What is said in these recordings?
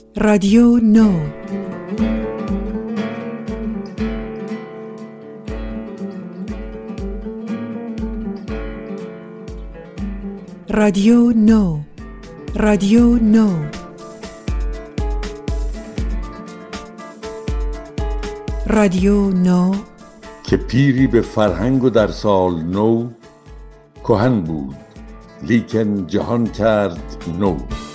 رادیو نو. رادیو نو. رادیو نو. رادیو نو که پیری به فرهنگ و در سال نو کهن بود لیکن جهان کرد نو.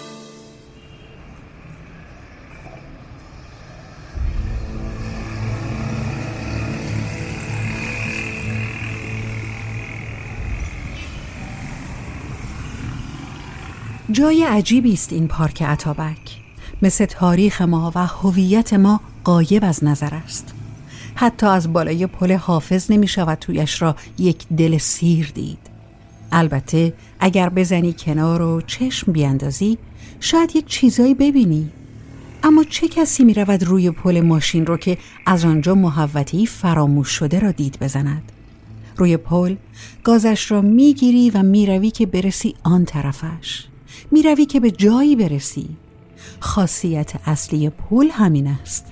جای عجیبی است این پارک اتابک. مثل تاریخ ما و هویت ما غایب از نظر است. حتی از بالای پل حافظ نمی شود تویش را یک دل سیر دید. البته اگر بزنی کنار و چشم بیاندازی شاید یک چیزایی ببینی. اما چه کسی می رود روی پل ماشین رو که از آنجا محوطه‌ای فراموش شده را دید بزند؟ روی پل گازش را می گیری و می روی که برسی آن طرفش. می روی که به جایی برسی. خاصیت اصلی پل همین است.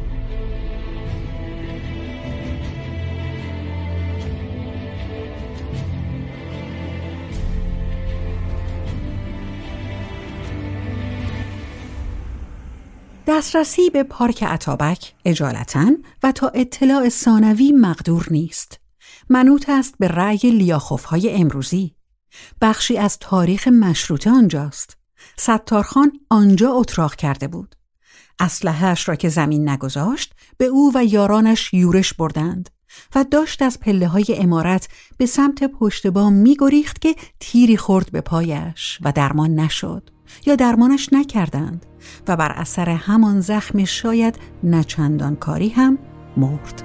دسترسی به پارک اتابک اجالتاً و تا اطلاع ثانوی مقدور نیست. منوط است به رأی لیاخوف‌های امروزی. بخشی از تاریخ مشروطه آنجاست. ستارخان آنجا اتراق کرده بود. اسلحه‌اش را که زمین نگذاشت به او و یارانش یورش بردند و داشت از پله‌های عمارت به سمت پشت بام می‌گریخت که تیری خورد به پایش و درمان نشد یا درمانش نکردند و بر اثر همان زخم شاید نچندان کاری هم مرد.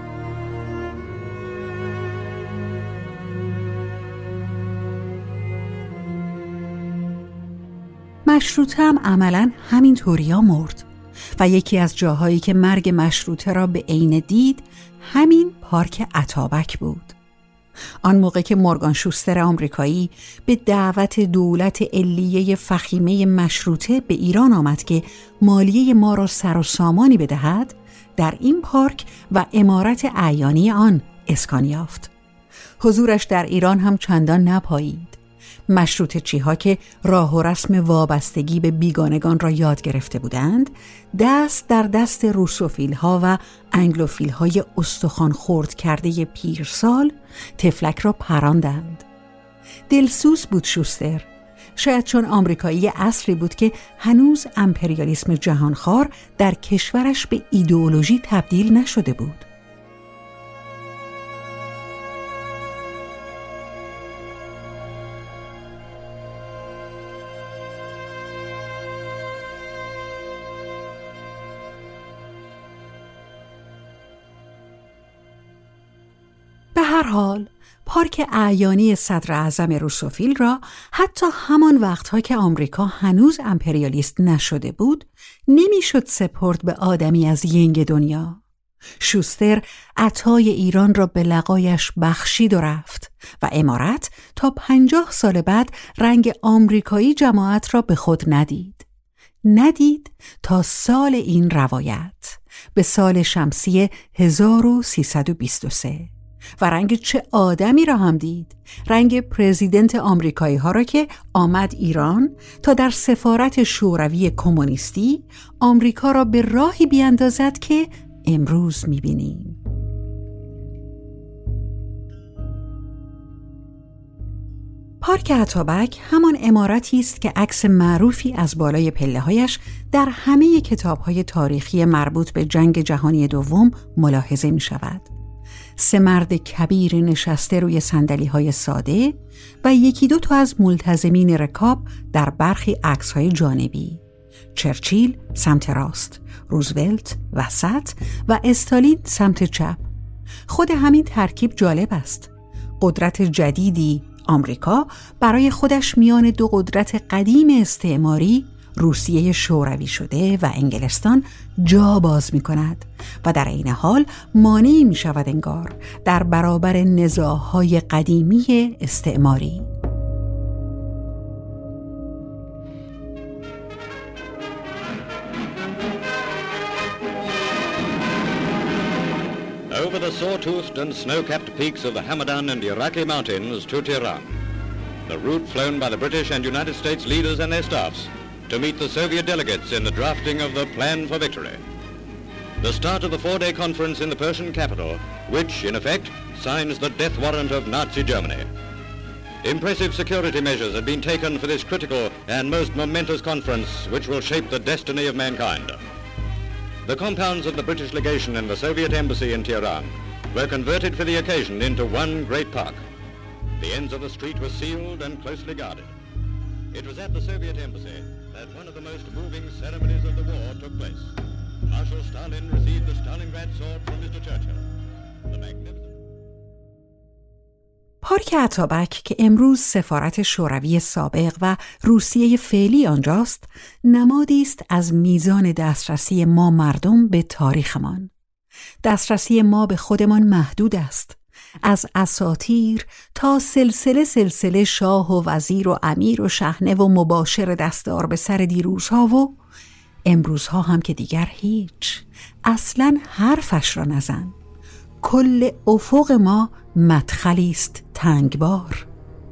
مشروطه هم عملاً همین طوریا مرد و یکی از جاهایی که مرگ مشروطه را به عین دید همین پارک اتابک بود. آن موقع که مورگان شوستر آمریکایی به دعوت دولت علیه فخیمه مشروطه به ایران آمد که مالیه ما را سر و سامانی بدهد، در این پارک و عمارت اعیانی آن اسکان یافت. حضورش در ایران هم چندان نپایید. مشروطه چی‌ها که راه و رسم وابستگی به بیگانگان را یاد گرفته بودند، دست در دست روسوفیل‌ها و انگلوفیل‌های استخوان خرد کرده پیرسال تفلک را پراندند. دلسوز بود شوستر، شاید چون آمریکایی اصلی بود که هنوز امپریالیسم جهانخوار در کشورش به ایدئولوژی تبدیل نشده بود. به هر حال پارک اعیانی صدر اعظم روسوفیل را حتی همان وقتها که آمریکا هنوز امپریالیست نشده بود نمیشد سپرد به آدمی از ینگ دنیا. شوستر عطای ایران را به لقایش بخشید و رفت و عمارت تا 50 سال بعد رنگ آمریکایی جماعت را به خود ندید تا سال این روایت، به سال شمسی 1323 و رنگ چه آدمی را هم دید. رنگ پرزیدنت آمریکایی ها را که آمد ایران تا در سفارت شوروی کمونیستی آمریکا را به راهی بیاندازد که امروز می‌بینیم. پارک اتابک همان عمارتی است که عکس معروفی از بالای پله‌هایش در همه کتاب‌های تاریخی مربوط به جنگ جهانی دوم ملاحظه می‌شود. 3 مرد کبیر نشسته روی صندلی‌های ساده و 1-2 تا از ملتزمین رکاب در برخی عکس‌های جانبی. چرچیل سمت راست، روزولت وسط و استالین سمت چپ. خود همین ترکیب جالب است. قدرت جدیدی آمریکا برای خودش میان 2 قدرت قدیم استعماری روسیه شوروی شده و انگلستان جا باز می کند و در عین حال مانعی می شود انگار در برابر نزاع‌های قدیمی استعماری. over the saw-toothed and snow-capped peaks of the Hamadan and Iraqi mountains to Tehran, the route flown by the British and United States leaders and their staffs to meet the Soviet delegates in the drafting of the Plan for Victory. The start of the four-day conference in the Persian capital, which, in effect, signs the death warrant of Nazi Germany. Impressive security measures have been taken for this critical and most momentous conference, which will shape the destiny of mankind. The compounds of the British legation and the Soviet embassy in Tehran were converted for the occasion into one great park. The ends of the street were sealed and closely guarded. It was at the Soviet embassy that one of the most moving ceremonies of the war took place. Marshal Stalin received the Stalingrad sword from Mr. Churchill. The magnificent... پارک اتابک که امروز سفارت شوروی سابق و روسیه فعلی آنجاست، نمادی است از میزان دسترسی ما مردم به تاریخمان. دسترسی ما به خودمان محدود است. از اساطیر تا سلسله شاه و وزیر و امیر و شحنه و مباشر دستار به سر دیروزها و امروزها هم که دیگر هیچ. اصلاً حرفش را نزن. کل افق ما مدخلی است تنگبار.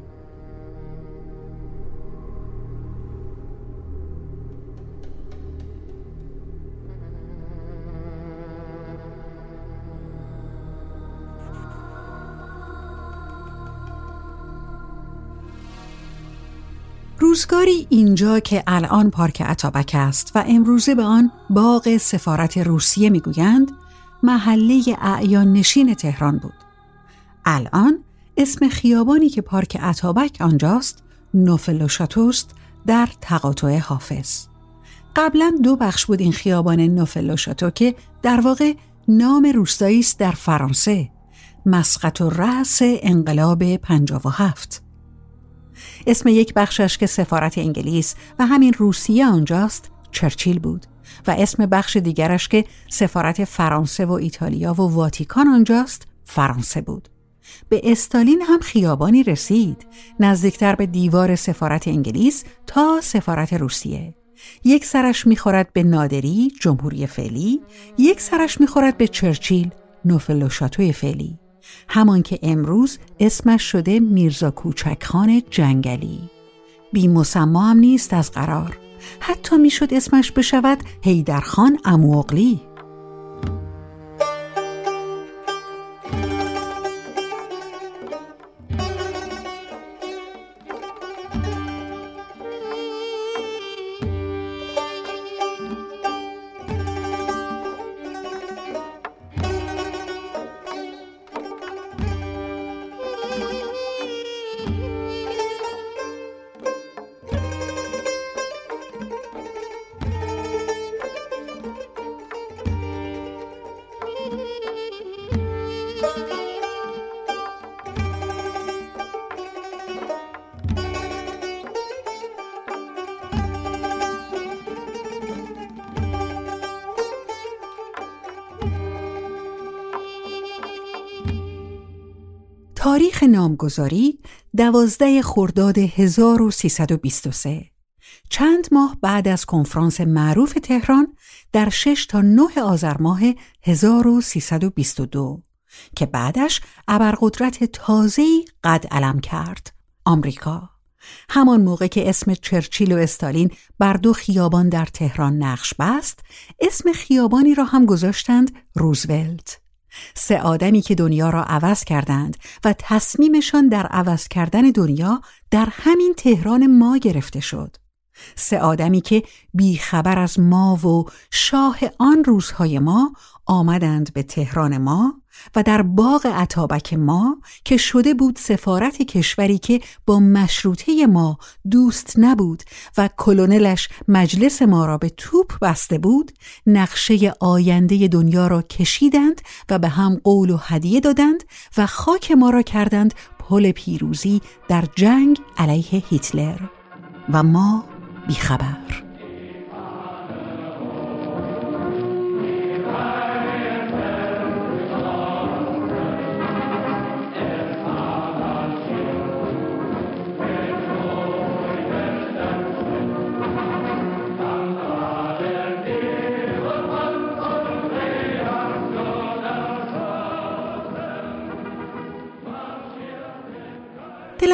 روزگاری اینجا که الان پارک اتابک است و امروزه به آن باغ سفارت روسیه میگویند، محله اعیان نشین تهران بود. الان اسم خیابانی که پارک اتابک آنجاست نوفل و شاتوست در تقاطع حافظ. قبلا 2 بخش بود این خیابان نوفل و شاتو که در واقع نام روستایی است در فرانسه، مسقط و رأس انقلاب 57. اسم یک بخشش که سفارت انگلیس و همین روسیه آنجاست چرچیل بود و اسم بخش دیگرش که سفارت فرانسه و ایتالیا و واتیکان آنجاست فرانسه بود. به استالین هم خیابانی رسید، نزدیکتر به دیوار سفارت انگلیس تا سفارت روسیه. یک سرش میخورد به نادری جمهوری فعلی، یک سرش میخورد به چرچیل نوفل و شاتوی فعلی، همان که امروز اسمش شده میرزا کوچکخان جنگلی. بی مسما هم نیست از قرار، حتی میشد اسمش بشود حیدرخان عموغلی. تاریخ نامگذاری 12 خرداد 1323، چند ماه بعد از کنفرانس معروف تهران در 6 تا 9 آذر ماه 1322 که بعدش ابرقدرت تازه‌ای قد علم کرد، آمریکا. همان موقع که اسم چرچیل و استالین بر 2 خیابان در تهران نقش بست، اسم خیابانی را هم گذاشتند روزولت. 3 آدمی که دنیا را عوض کردند و تصمیمشان در عوض کردن دنیا در همین تهران ما گرفته شد. 3 آدمی که بیخبر از ما و شاه آن روزهای ما آمدند به تهران ما و در باغ اتابک ما که شده بود سفارت کشوری که با مشروطه ما دوست نبود و کلونلش مجلس ما را به توپ بسته بود، نقشه آینده دنیا را کشیدند و به هم قول و هدیه دادند و خاک ما را کردند پل پیروزی در جنگ علیه هیتلر و ما بیخبر.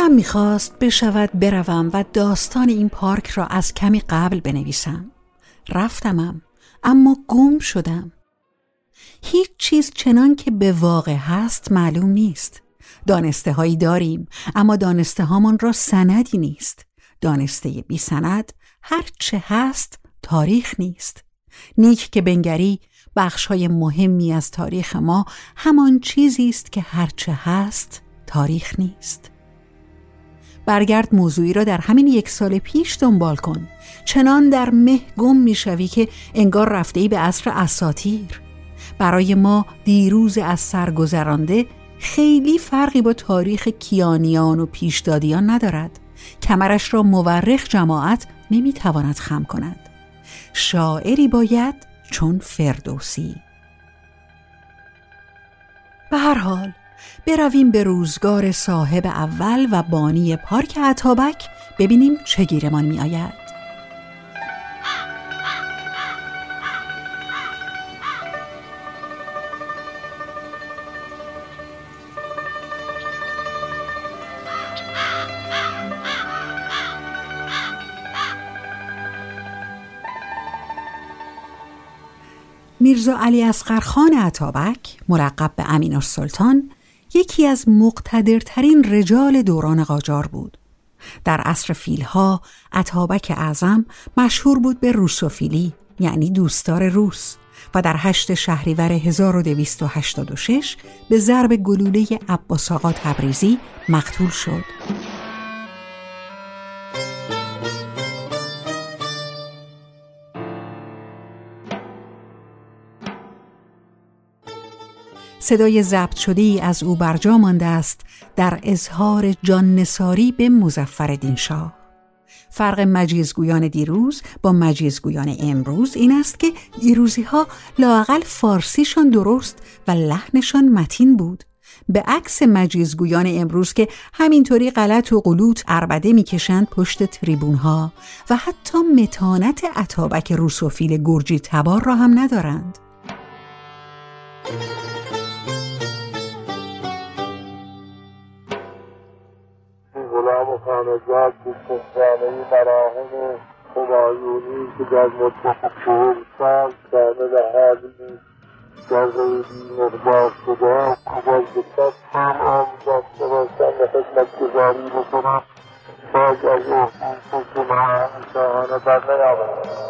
دلم میخواست بروم و داستان این پارک را از کمی قبل بنویسم. رفتمم اما گم شدم. هیچ چیز چنان که به واقع هست معلوم نیست. دانسته هایی داریم اما دانسته هامان را سندی نیست. دانسته بی سند هر چه هست تاریخ نیست. نیک که بنگری بخش های مهمی از تاریخ ما همان چیزی است که هر چه هست تاریخ نیست. برگرد موضوعی را در همین 1 سال پیش دنبال کن. چنان در مه گم میشوی که انگار رفته‌ای به عصر اساطیر. برای ما دیروز از سر گذرانده خیلی فرقی با تاریخ کیانیان و پیشدادیان ندارد. کمرش را مورخ جماعت نمیتواند خم کند. شاعری باید چون فردوسی. به هر حال برویم به روزگار صاحب اول و بانی پارک اتابک ببینیم چه گیرمان می آید. میرزا علی اصغر خان اتابک ملقب به امین‌السلطان یکی از مقتدرترین رجال دوران قاجار بود. در عصر فیلها اتابک اعظم مشهور بود به روسوفیلی، یعنی دوستدار روس، و در 8 شهریور 1286 به ضرب گلوله عباس آقا تبریزی مقتول شد. صدای ضبط شده‌ای از او برجا مانده است در اظهار جان نثاری به مظفرالدین شاه. فرق مجیزگویان دیروز با مجیزگویان امروز این است که دیروزی‌ها لااقل فارسیشان درست و لحنشان متین بود، به عکس مجیزگویان امروز که همینطوری غلط و غلوط عربده میکشند پشت تریبون‌ها و حتی متانت اتابک روسوفیل گرجی تبار را هم ندارند. غلام خانزاد به سفرانه مراحل همایونی که در مدت 40 سال شامل حالی در غیبی مقدار شده قبل بکت هم آن داشته باشم و خدمت گزاری بکنم باز از احسان که معاهم شاهانه بر نیاورم.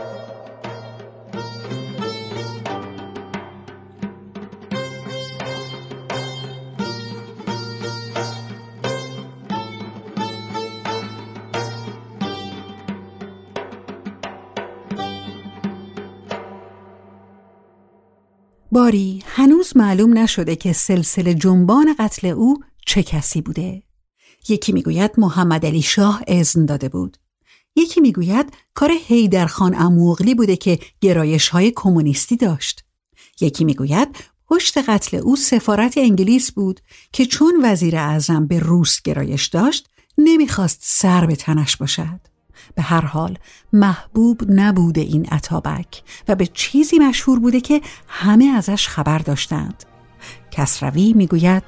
باری هنوز معلوم نشده که سلسله جنبان قتل او چه کسی بوده. یکی میگوید محمد علی شاه اذن داده بود. یکی میگوید کار حیدرخان اموغلی بوده که گرایش‌های کمونیستی داشت. یکی میگوید پشت قتل او سفارت انگلیس بود که چون وزیر اعظم به روس گرایش داشت نمیخواست سر به تنش باشد. به هر حال محبوب نبوده این اتابک و به چیزی مشهور بوده که همه ازش خبر داشتند. کسروی میگوید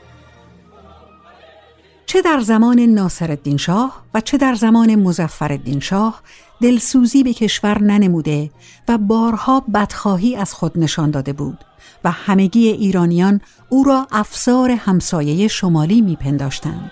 چه در زمان ناصرالدین شاه و چه در زمان مظفرالدین شاه دلسوزی به کشور ننموده و بارها بدخواهی از خود نشان داده بود و همگی ایرانیان او را افسار همسایه شمالی میپنداشتند.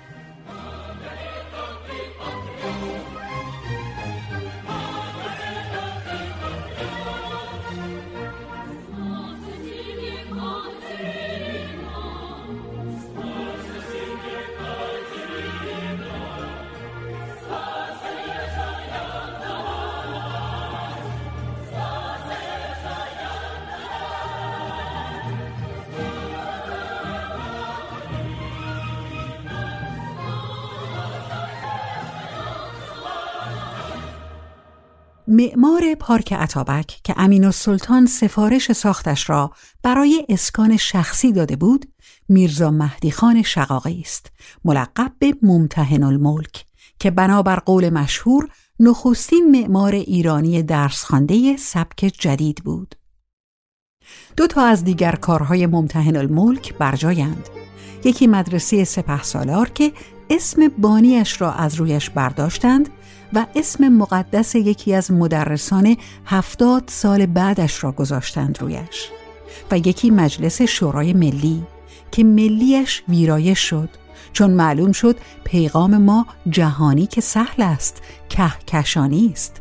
معمار پارک اتابک که امین‌السلطان سفارش ساختش را برای اسکان شخصی داده بود، میرزا مهدی خان شقاقی است، ملقب به ممتحن الملک، که بنابر قول مشهور نخستین معمار ایرانی درس خوانده سبک جدید بود. 2 از دیگر کارهای ممتحن الملک برجایند. یکی مدرسه سپهسالار که اسم بانیش را از رویش برداشتند و اسم مقدس یکی از مدرسان 70 سال بعدش را گذاشتند رویش و یکی مجلس شورای ملی که ملیش ویرایش شد، چون معلوم شد پیغام ما جهانی که سهل است، کهکشانی است.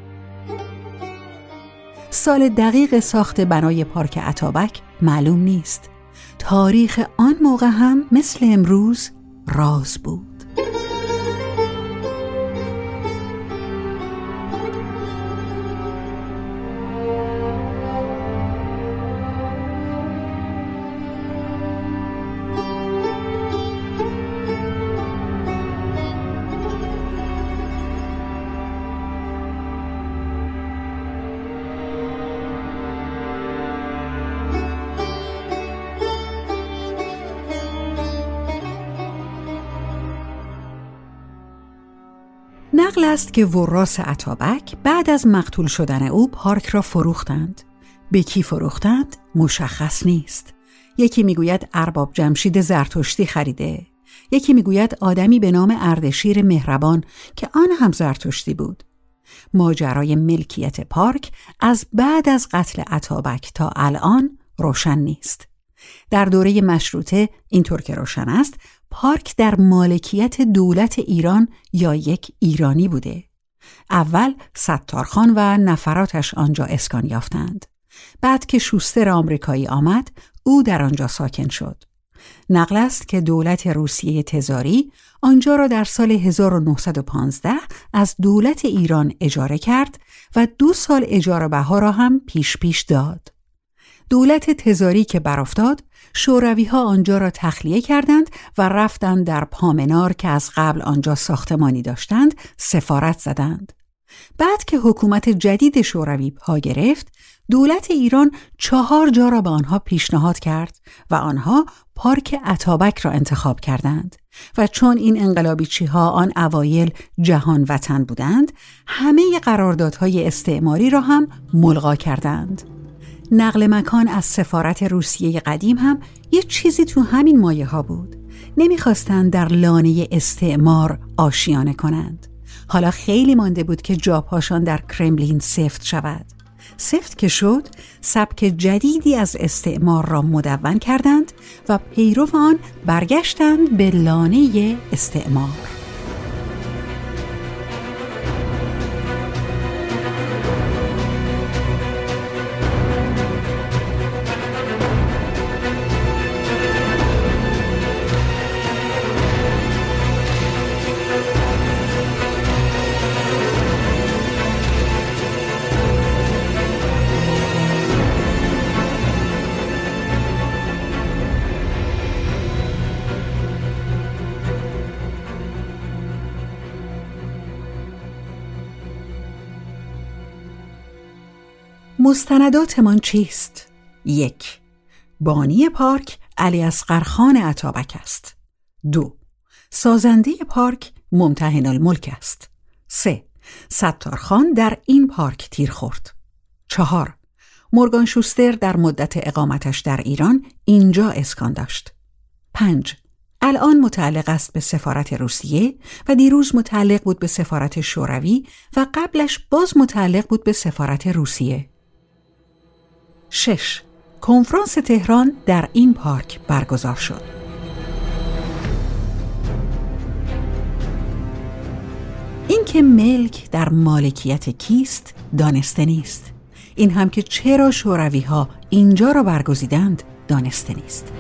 سال دقیق ساخت بنای پارک اتابک معلوم نیست. تاریخ آن موقع هم مثل امروز راز بود. نقل است که وراث اتابک بعد از مقتول شدن او پارک را فروختند. به کی فروختند؟ مشخص نیست. یکی میگوید ارباب جمشید زرتشتی خریده، یکی میگوید آدمی به نام اردشیر مهربان که آن هم زرتشتی بود. ماجرای ملکیت پارک از بعد از قتل اتابک تا الان روشن نیست. در دوره مشروطه اینطور که روشن است، پارک در مالکیت دولت ایران یا یک ایرانی بوده. اول ستارخان و نفراتش آنجا اسکان یافتند. بعد که شوستر آمریکایی آمد، او در آنجا ساکن شد. نقل است که دولت روسیه تزاری آنجا را در سال 1915 از دولت ایران اجاره کرد و 2 سال اجاره بها را هم پیش داد. دولت تزاری که برافتاد، شوروی‌ها آنجا را تخلیه کردند و رفتند در پامنار که از قبل آنجا ساختمانی داشتند سفارت زدند. بعد که حکومت جدید شوروی پا گرفت، دولت ایران 4 جا را به آنها پیشنهاد کرد و آنها پارک اتابک را انتخاب کردند و چون این انقلابیچی‌ها آن اوایل جهان وطن بودند، همه قراردادهای استعماری را هم ملغا کردند. نقل مکان از سفارت روسیه قدیم هم یه چیزی تو همین مایه ها بود. نمیخواستند در لانه استعمار آشیانه کنند. حالا خیلی مانده بود که جاپاشان در کرملین سفت شود. سفت که شد، سبک جدیدی از استعمار را مدون کردند و پیرو آن برگشتند به لانه استعمار. مستنداتمان چیست؟ 1. بانی پارک علیاصغرخان اتابک است. 2. سازنده پارک ممتحن الملک است. 3. ستارخان در این پارک تیر خورد. 4. مورگان شوستر در مدت اقامتش در ایران اینجا اسکان داشت. 5. الان متعلق است به سفارت روسیه و دیروز متعلق بود به سفارت شوروی و قبلش باز متعلق بود به سفارت روسیه. 6. کنفرانس تهران در این پارک برگزار شد. این که ملک در مالکیت کیست دانسته نیست. این هم که چرا شوروی ها اینجا را برگزیدند دانسته نیست.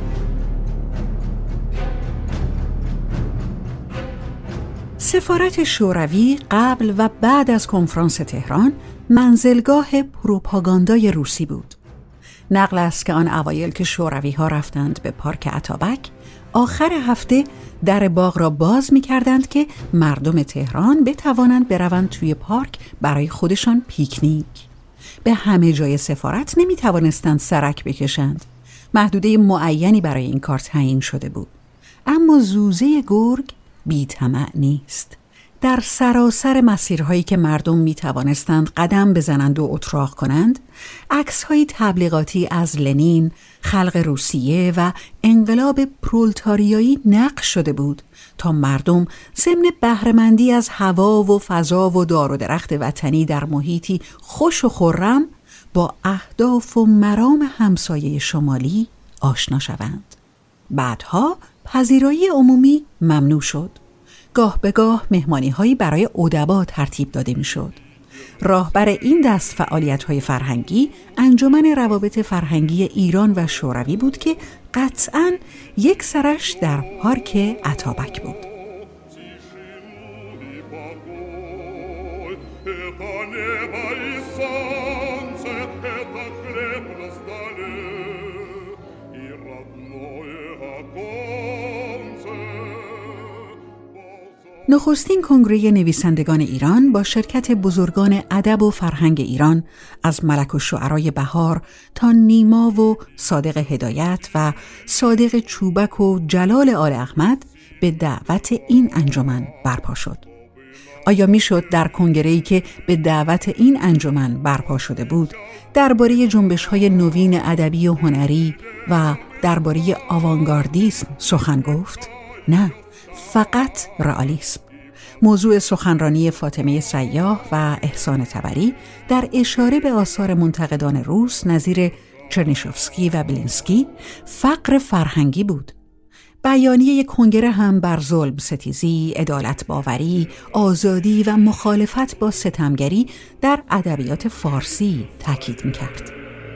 سفارت شوروی قبل و بعد از کنفرانس تهران منزلگاه پروپاگاندای روسی بود. نقل است که آن اوایل که شوروی ها رفتند به پارک اتابک، آخر هفته در باغ را باز می کردند که مردم تهران بتوانند بروند توی پارک برای خودشان پیکنیک. به همه جای سفارت نمی توانستند سرک بکشند. محدوده معینی برای این کار تعیین شده بود. اما زوزه گرگ بی طمع نیست. در سراسر مسیرهایی که مردم می توانستند قدم بزنند و اتراق کنند، عکس‌های تبلیغاتی از لنین، خلق روسیه و انقلاب پرولتاریایی نقش شده بود تا مردم ضمن بهره‌مندی از هوا و فضا و دار و درخت وطنی در محیطی خوش و خرم با اهداف و مرام همسایه شمالی آشنا شوند. بعدها پذیرایی عمومی ممنوع شد. گاه به گاه مهمانی‌هایی برای ادبا ترتیب داده می‌شد. راهبر این دست فعالیت‌های فرهنگی انجمن روابط فرهنگی ایران و شوروی بود که قطعاً یک سرش در پارک اتابک بود. نخستین کنگره نویسندگان ایران با شرکت بزرگان ادب و فرهنگ ایران از ملک الشعرای بهار تا نیما و صادق هدایت و صادق چوبک و جلال آل احمد به دعوت این انجمن برپا شد. آیا میشد در کنگره‌ای که به دعوت این انجمن برپا شده بود درباره جنبش‌های نوین ادبی و هنری و درباره آوانگاردیسم سخن گفت؟ نه، فقط رئالیسم. موضوع سخنرانی فاطمه سیاح و احسان طبری در اشاره به آثار منتقدان روس نظیر چرنیشوفسکی و بلینسکی فقر فرهنگی بود. بیانیه کنگره هم بر ظلم ستیزی، عدالت باوری، آزادی و مخالفت با ستمگری در ادبیات فارسی تاکید می‌کرد.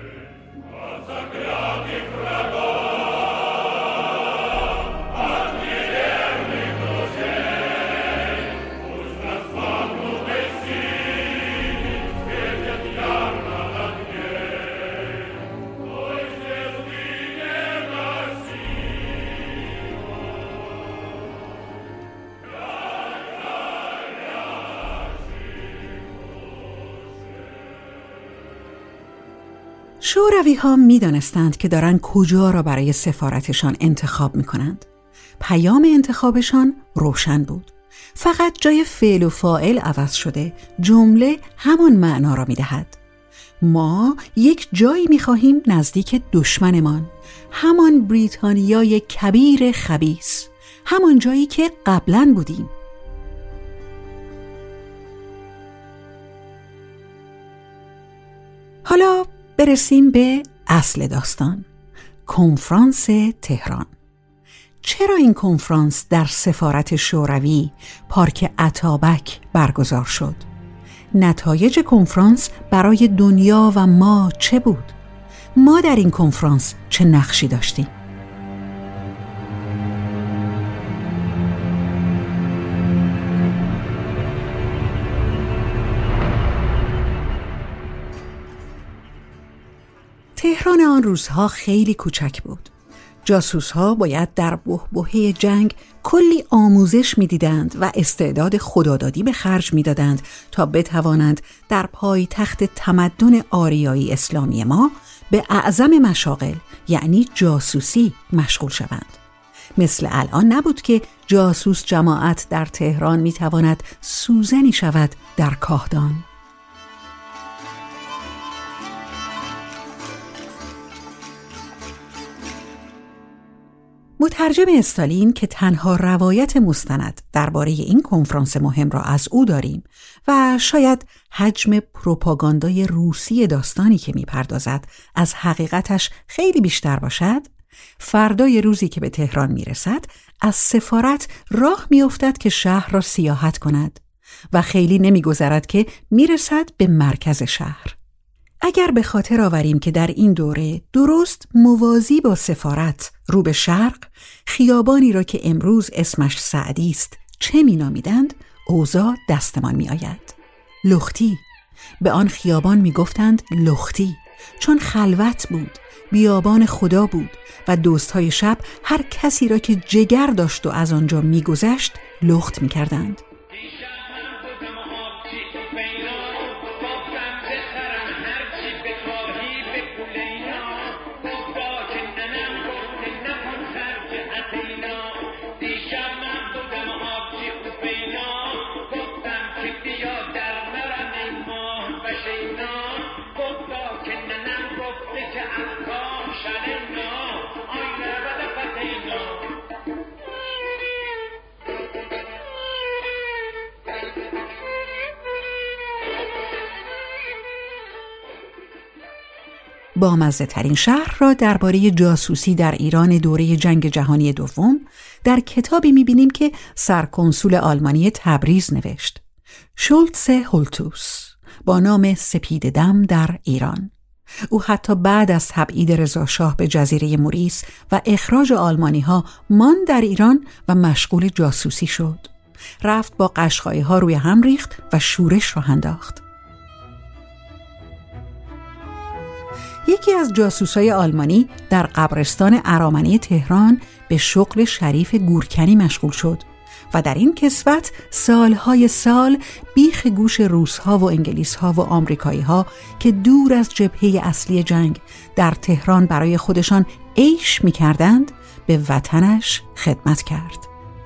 شوروی ها می دانستند که دارن کجا را برای سفارتشان انتخاب می کنند. پیام انتخابشان روشن بود. فقط جای فعل و فاعل عوض شده، جمله همان معنا را می دهد. ما یک جایی می خواهیم نزدیک دشمنمان، همان بریتانیای کبیر خبیث، همان جایی که قبلا بودیم. حالا برسیم به اصل داستان، کنفرانس تهران. چرا این کنفرانس در سفارت شوروی پارک اتابک برگزار شد؟ نتایج کنفرانس برای دنیا و ما چه بود؟ ما در این کنفرانس چه نقشی داشتیم؟ تهران آن روزها خیلی کوچک بود. جاسوس‌ها باید در بحبوحه جنگ کلی آموزش می‌دیدند و استعداد خدادادی به خرج می‌دادند تا بتوانند در پایتخت تمدن آریایی اسلامی ما به اعظم مشاغل یعنی جاسوسی مشغول شوند. مثل الان نبود که جاسوس جماعت در تهران می‌تواند سوزنی شود در کاهدان. مترجم استالین که تنها روایت مستند درباره این کنفرانس مهم را از او داریم و شاید حجم پروپاگاندای روسی داستانی که می‌پردازد از حقیقتش خیلی بیشتر باشد، فردای روزی که به تهران میرسد از سفارت راه میافتد که شهر را سیاحت کند و خیلی نمیگذرد که میرسد به مرکز شهر. اگر به خاطر آوریم که در این دوره درست موازی با سفارت رو به شرق خیابانی را که امروز اسمش سعدی است چه می‌نامیدند، اوضاع دستمان می‌آید. لختی. به آن خیابان می‌گفتند لختی چون خلوت بود، بیابان خدا بود و دوستهای شب هر کسی را که جگر داشت و از آنجا می‌گذشت لخت می‌کردند. بامزه ترین شرح را درباره جاسوسی در ایران دوره جنگ جهانی دوم در کتابی می‌بینیم که سرکنسول آلمانی تبریز نوشت، شولتز هولتوس، با نام سپید دم در ایران. او حتی بعد از تبعید رضاشاه به جزیره موریس و اخراج آلمانی‌ها ماند در ایران و مشغول جاسوسی شد. رفت با قشقایی‌ها روی هم ریخت و شورش را انداخت. یکی از جاسوسای آلمانی در قبرستان ارامنه تهران به شغل شریف گورکنی مشغول شد و در این کسوت سالهای سال بیخ گوش روس‌ها و انگلیس‌ها و آمریکایی‌ها که دور از جبهه اصلی جنگ در تهران برای خودشان عیش می‌کردند به وطنش خدمت کرد.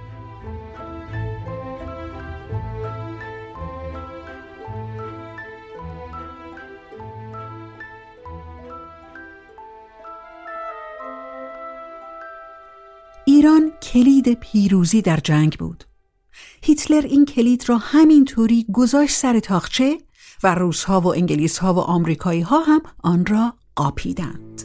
ایران کلید پیروزی در جنگ بود. هیتلر این کلید را همینطوری گذاشت سر تاقچه و روس‌ها و انگلیس‌ها و آمریکایی‌ها هم آن را قاپیدند.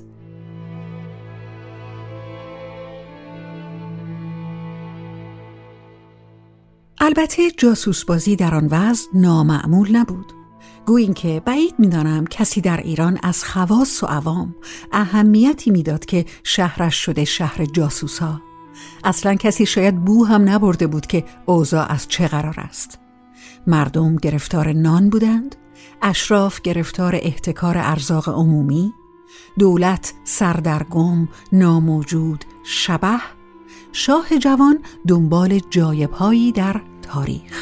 البته جاسوسبازی در آن وضع نامعمول نبود. گویا اینکه بعید می‌دانم کسی در ایران از خواص و عوام اهمیتی میداد که شهرش شده شهر جاسوس‌ها. اصلاً کسی شاید بو هم نبرده بود که اوضاع از چه قرار است. مردم گرفتار نان بودند، اشراف گرفتار احتکار ارزاق عمومی، دولت سردرگم، ناموجود، شبح، شاه جوان دنبال جایب‌هایی در تاریخ.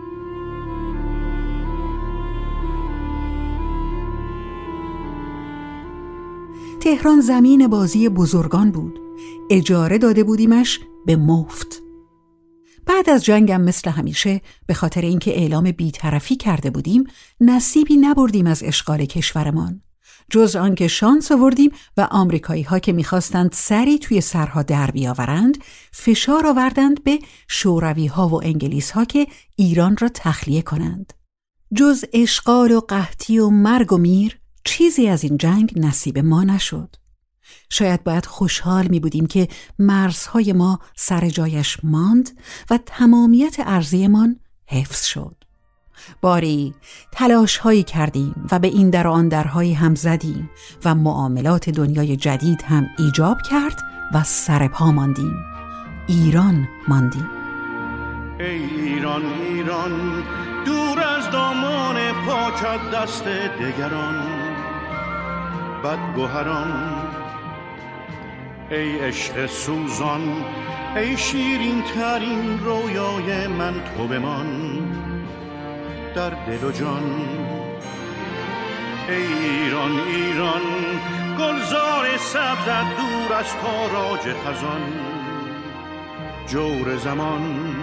تهران زمین بازی بزرگان بود. اجاره داده بودیمش به مفت. بعد از جنگم مثل همیشه به خاطر اینکه اعلام بی‌طرفی کرده بودیم نصیبی نبردیم از اشغال کشورمان، جز آنکه شانس آوردیم و آمریکایی‌ها که می‌خواستند سری توی سرها در بیاورند فشار آوردند به شوروی‌ها و انگلیس‌ها که ایران را تخلیه کنند. جز اشغال و قحطی و مرگ و میر چیزی از این جنگ نصیب ما نشد. شاید باید خوشحال می بودیم که مرزهای ما سر جایش ماند و تمامیت ارضیمان حفظ شد. باری تلاش هایی کردیم و به این در و آن درهایی هم زدیم و معاملات دنیای جدید هم ایجاب کرد و سر پا ماندیم. ایران ماندیم. ای ایران ایران، دور از دامان پاکت دست دگران بدگوهران. ای عشق سوزان، ای شیرین ترین رویای من، تو بمان در دل و جان. ای ایران ایران، گلزار سبزت دور از تاراج خزان، جور زمان.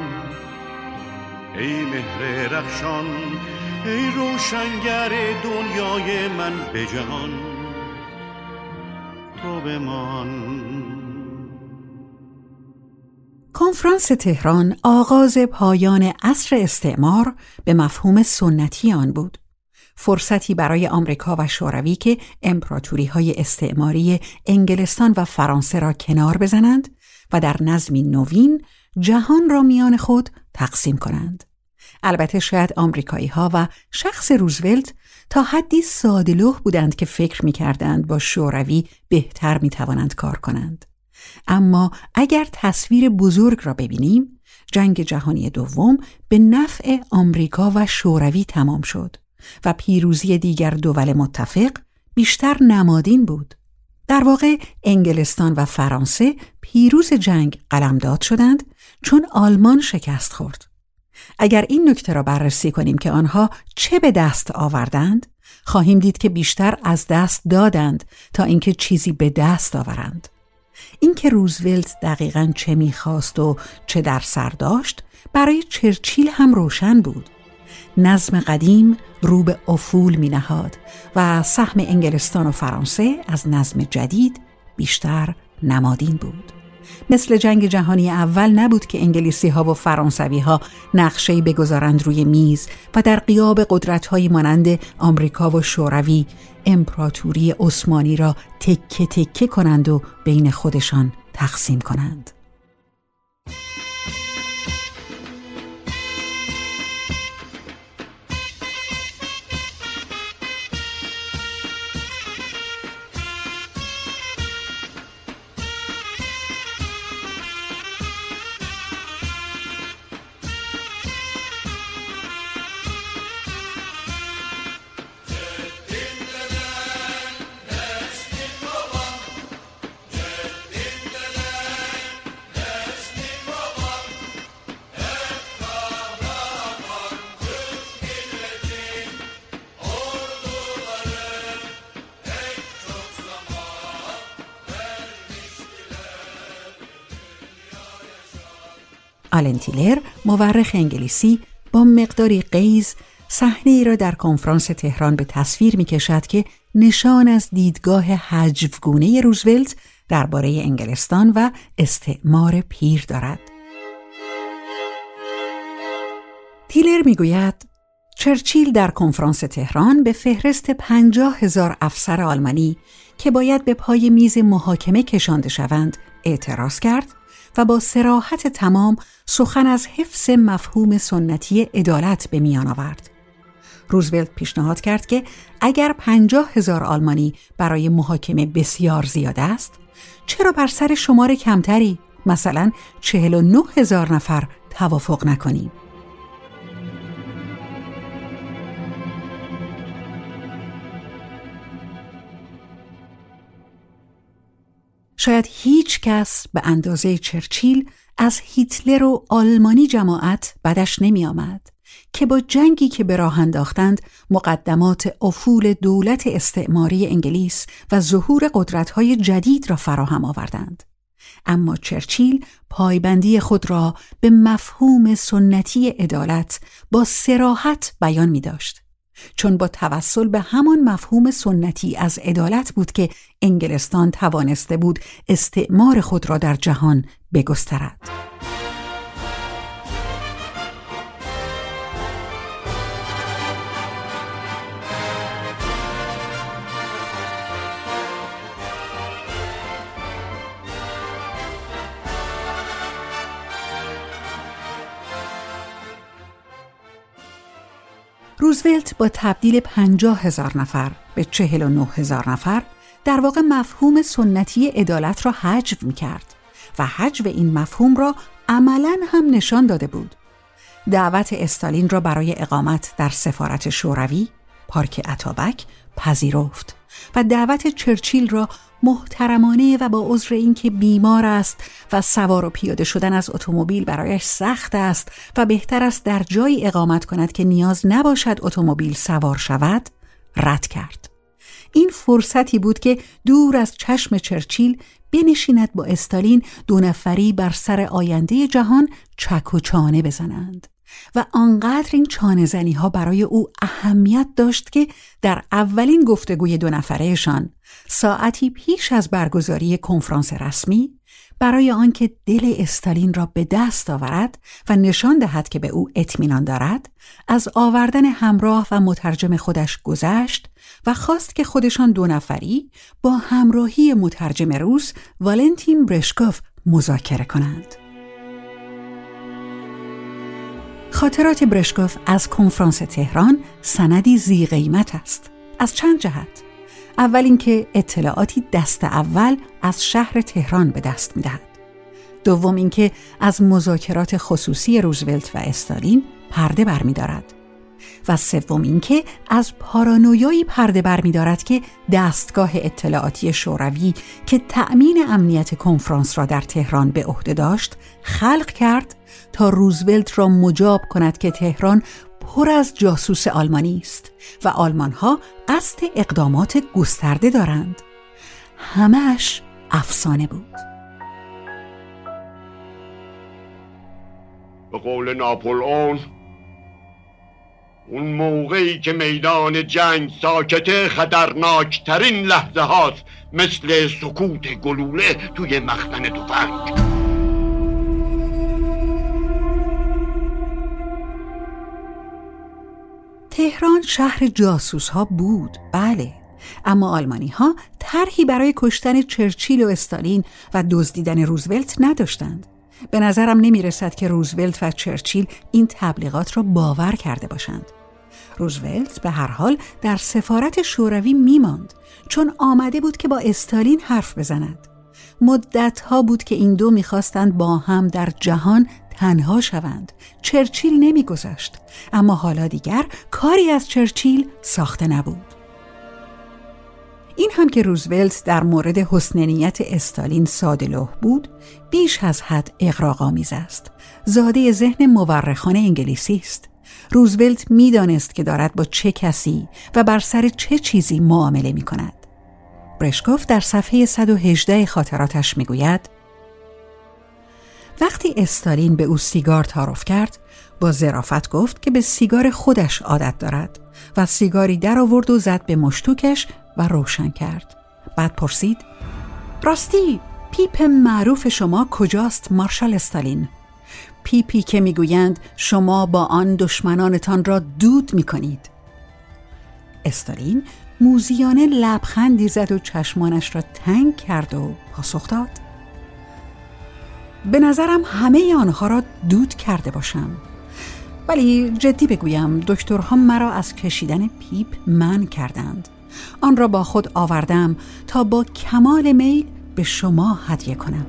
ای مهر رخشان، ای روشنگر دنیای من به جهان، تو بمان. کنفرانس تهران آغاز پایان عصر استعمار به مفهوم سنتی آن بود. فرصتی برای آمریکا و شوروی که امپراتوری‌های استعماری انگلستان و فرانسه را کنار بزنند و در نظمی نوین جهان را میان خود تقسیم کنند. البته شاید آمریکایی‌ها و شخص روزولت تا حدی ساده‌لوح بودند که فکر می‌کردند با شوروی بهتر می‌توانند کار کنند. اما اگر تصویر بزرگ را ببینیم، جنگ جهانی دوم به نفع آمریکا و شوروی تمام شد و پیروزی دیگر دول متفق بیشتر نمادین بود. در واقع انگلستان و فرانسه پیروز جنگ قلمداد شدند چون آلمان شکست خورد. اگر این نکته را بررسی کنیم که آنها چه به دست آوردند، خواهیم دید که بیشتر از دست دادند تا اینکه چیزی به دست آورند. اینکه روزولت دقیقاً چه می‌خواست و چه در سر داشت برای چرچیل هم روشن بود. نظم قدیم رو به افول می‌نهاد و سهم انگلستان و فرانسه از نظم جدید بیشتر نمادین بود. مثل جنگ جهانی اول نبود که انگلیسی‌ها و فرانسوی‌ها نقشه‌ای بگذارند روی میز و در غیاب قدرت‌هایی مانند آمریکا و شوروی امپراتوری عثمانی را تکه تکه کنند و بین خودشان تقسیم کنند. آلن تیلر، مورخ انگلیسی، با مقداری غیظ صحنه‌ای را در کنفرانس تهران به تصویر می‌کشد که نشان از دیدگاه حجوگونه روزولت درباره انگلستان و استعمار پیر دارد. تیلر می‌گوید چرچیل در کنفرانس تهران به فهرست 50,000 افسر آلمانی که باید به پای میز محاکمه کشانده شوند اعتراض کرد و با صراحت تمام سخن از حفظ مفهوم سنتی عدالت به میان آورد. روزولت پیشنهاد کرد که اگر 50,000 آلمانی برای محاکمه بسیار زیاد است، چرا بر سر شمار کمتری، مثلا 49,000 نفر توافق نکنیم؟ شاید هیچ کس به اندازه چرچیل از هیتلر و آلمانی جماعت بدش نمی آمد که با جنگی که به راه انداختند مقدمات افول دولت استعماری انگلیس و ظهور قدرت‌های جدید را فراهم آوردند. اما چرچیل پایبندی خود را به مفهوم سنتی عدالت با صراحت بیان می داشت، چون با توسل به همان مفهوم سنتی از عدالت بود که انگلستان توانسته بود استعمار خود را در جهان بگسترد. روزولت با تبدیل 50,000 نفر به 49,000 نفر در واقع مفهوم سنتی عدالت را حجو می‌کرد و حجو این مفهوم را عملاً هم نشان داده بود. دعوت استالین را برای اقامت در سفارت شوروی، پارک اتابک، پذیرفت و دعوت چرچیل را محترمانه و با عذر اینکه بیمار است و سوار و پیاده شدن از اتومبیل برایش سخت است و بهتر است در جایی اقامت کند که نیاز نباشد اتومبیل سوار شود، رد کرد. این فرصتی بود که دور از چشم چرچیل بنشیند با استالین دو نفری بر سر آینده جهان چک و چانه بزنند و آنقدر این چانه زنی ها برای او اهمیت داشت که در اولین گفتگوی دو نفرهشان ساعتی پیش از برگزاری کنفرانس رسمی برای آنکه دل استالین را به دست آورد و نشان دهد که به او اطمینان دارد، از آوردن همراه و مترجم خودش گذشت و خواست که خودشان دو نفری با همراهی مترجم روس والنتین برشکوف مذاکره کنند. خاطرات برشکوف از کنفرانس تهران سندی ذی قیمت است، از چند جهت. اول اینکه اطلاعاتی دست اول از شهر تهران به دست می‌دهد. دوم اینکه از مذاکرات خصوصی روزولت و استالین پرده برمی‌دارد. و سوم اینکه از پارانویایی پرده برمی‌دارد که دستگاه اطلاعاتی شوروی که تأمین امنیت کنفرانس را در تهران به عهده داشت، خلق کرد تا روزولت را مجاب کند که تهران پر از جاسوس آلمانی است و آلمان‌ها قصد اقدامات گسترده دارند. همه‌اش افسانه بود. به قول ناپلئون اون موقعی که میدان جنگ ساکته خطرناکترین لحظه هاست، مثل سکوت گلوله توی مخزن تفنگ. تهران شهر جاسوس ها بود، بله، اما آلمانی ها طرحی برای کشتن چرچیل و استالین و دزدیدن روزولت نداشتند. به نظرم نمی رسد که روزولت و چرچیل این تبلیغات را باور کرده باشند. روزولت به هر حال در سفارت شوروی می ماند، چون آمده بود که با استالین حرف بزند. مدتها بود که این دو می خواستند با هم در جهان تنها شوند. چرچیل نمی گذاشت، اما حالا دیگر کاری از چرچیل ساخته نبود. این هم که روزولت در مورد حسن نیت استالین ساده‌لوح بود، بیش از حد اغراق‌آمیز است. زاده ذهن مورخان انگلیسی است. روزولت می‌دانست که دارد با چه کسی و بر سر چه چیزی معامله می‌کند. برشکوف در صفحه 118 خاطراتش می‌گوید: وقتی استالین به او سیگار تعارف کرد، با ظرافت گفت که به سیگار خودش عادت دارد و سیگاری در آورد و زد به مشتوکش و روشن کرد. بعد پرسید: راستی پیپ معروف شما کجاست مارشال استالین؟ پیپی که میگویند شما با آن دشمنانتان را دود میکنید. استالین موذیانه لبخندی زد و چشمانش را تنگ کرد و پاسخ داد: به نظرم همه آنها را دود کرده باشم، ولی جدی بگویم دکترها مرا از کشیدن پیپ منع کردند. آن را با خود آوردم تا با کمال میل به شما هدیه کنم.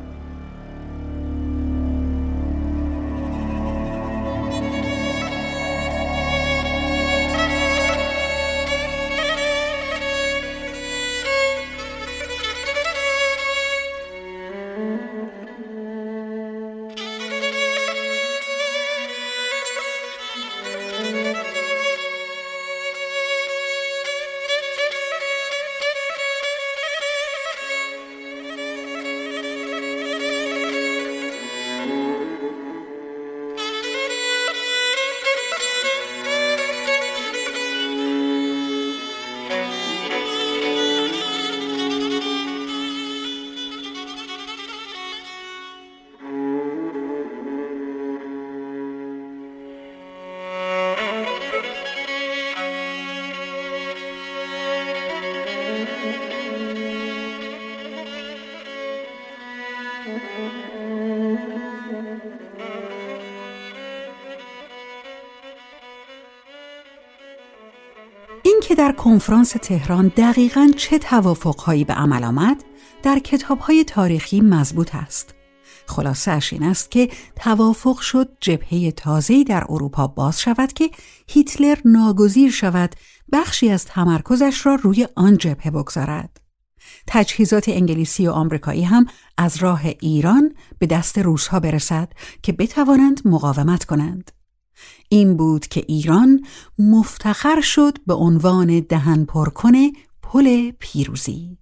این که در کنفرانس تهران دقیقاً چه توافق‌هایی به عمل آمد در کتاب‌های تاریخی مضبوط است. خلاصه‌اش این است که توافق شد جبهه تازه‌ای در اروپا باز شود که هیتلر ناگزیر شود بخشی از تمرکزش را روی آن جبهه بگذارد. تجهیزات انگلیسی و آمریکایی هم از راه ایران به دست روس‌ها برسد که بتوانند مقاومت کنند. این بود که ایران مفتخر شد به عنوان دهن پرکن پل پیروزی.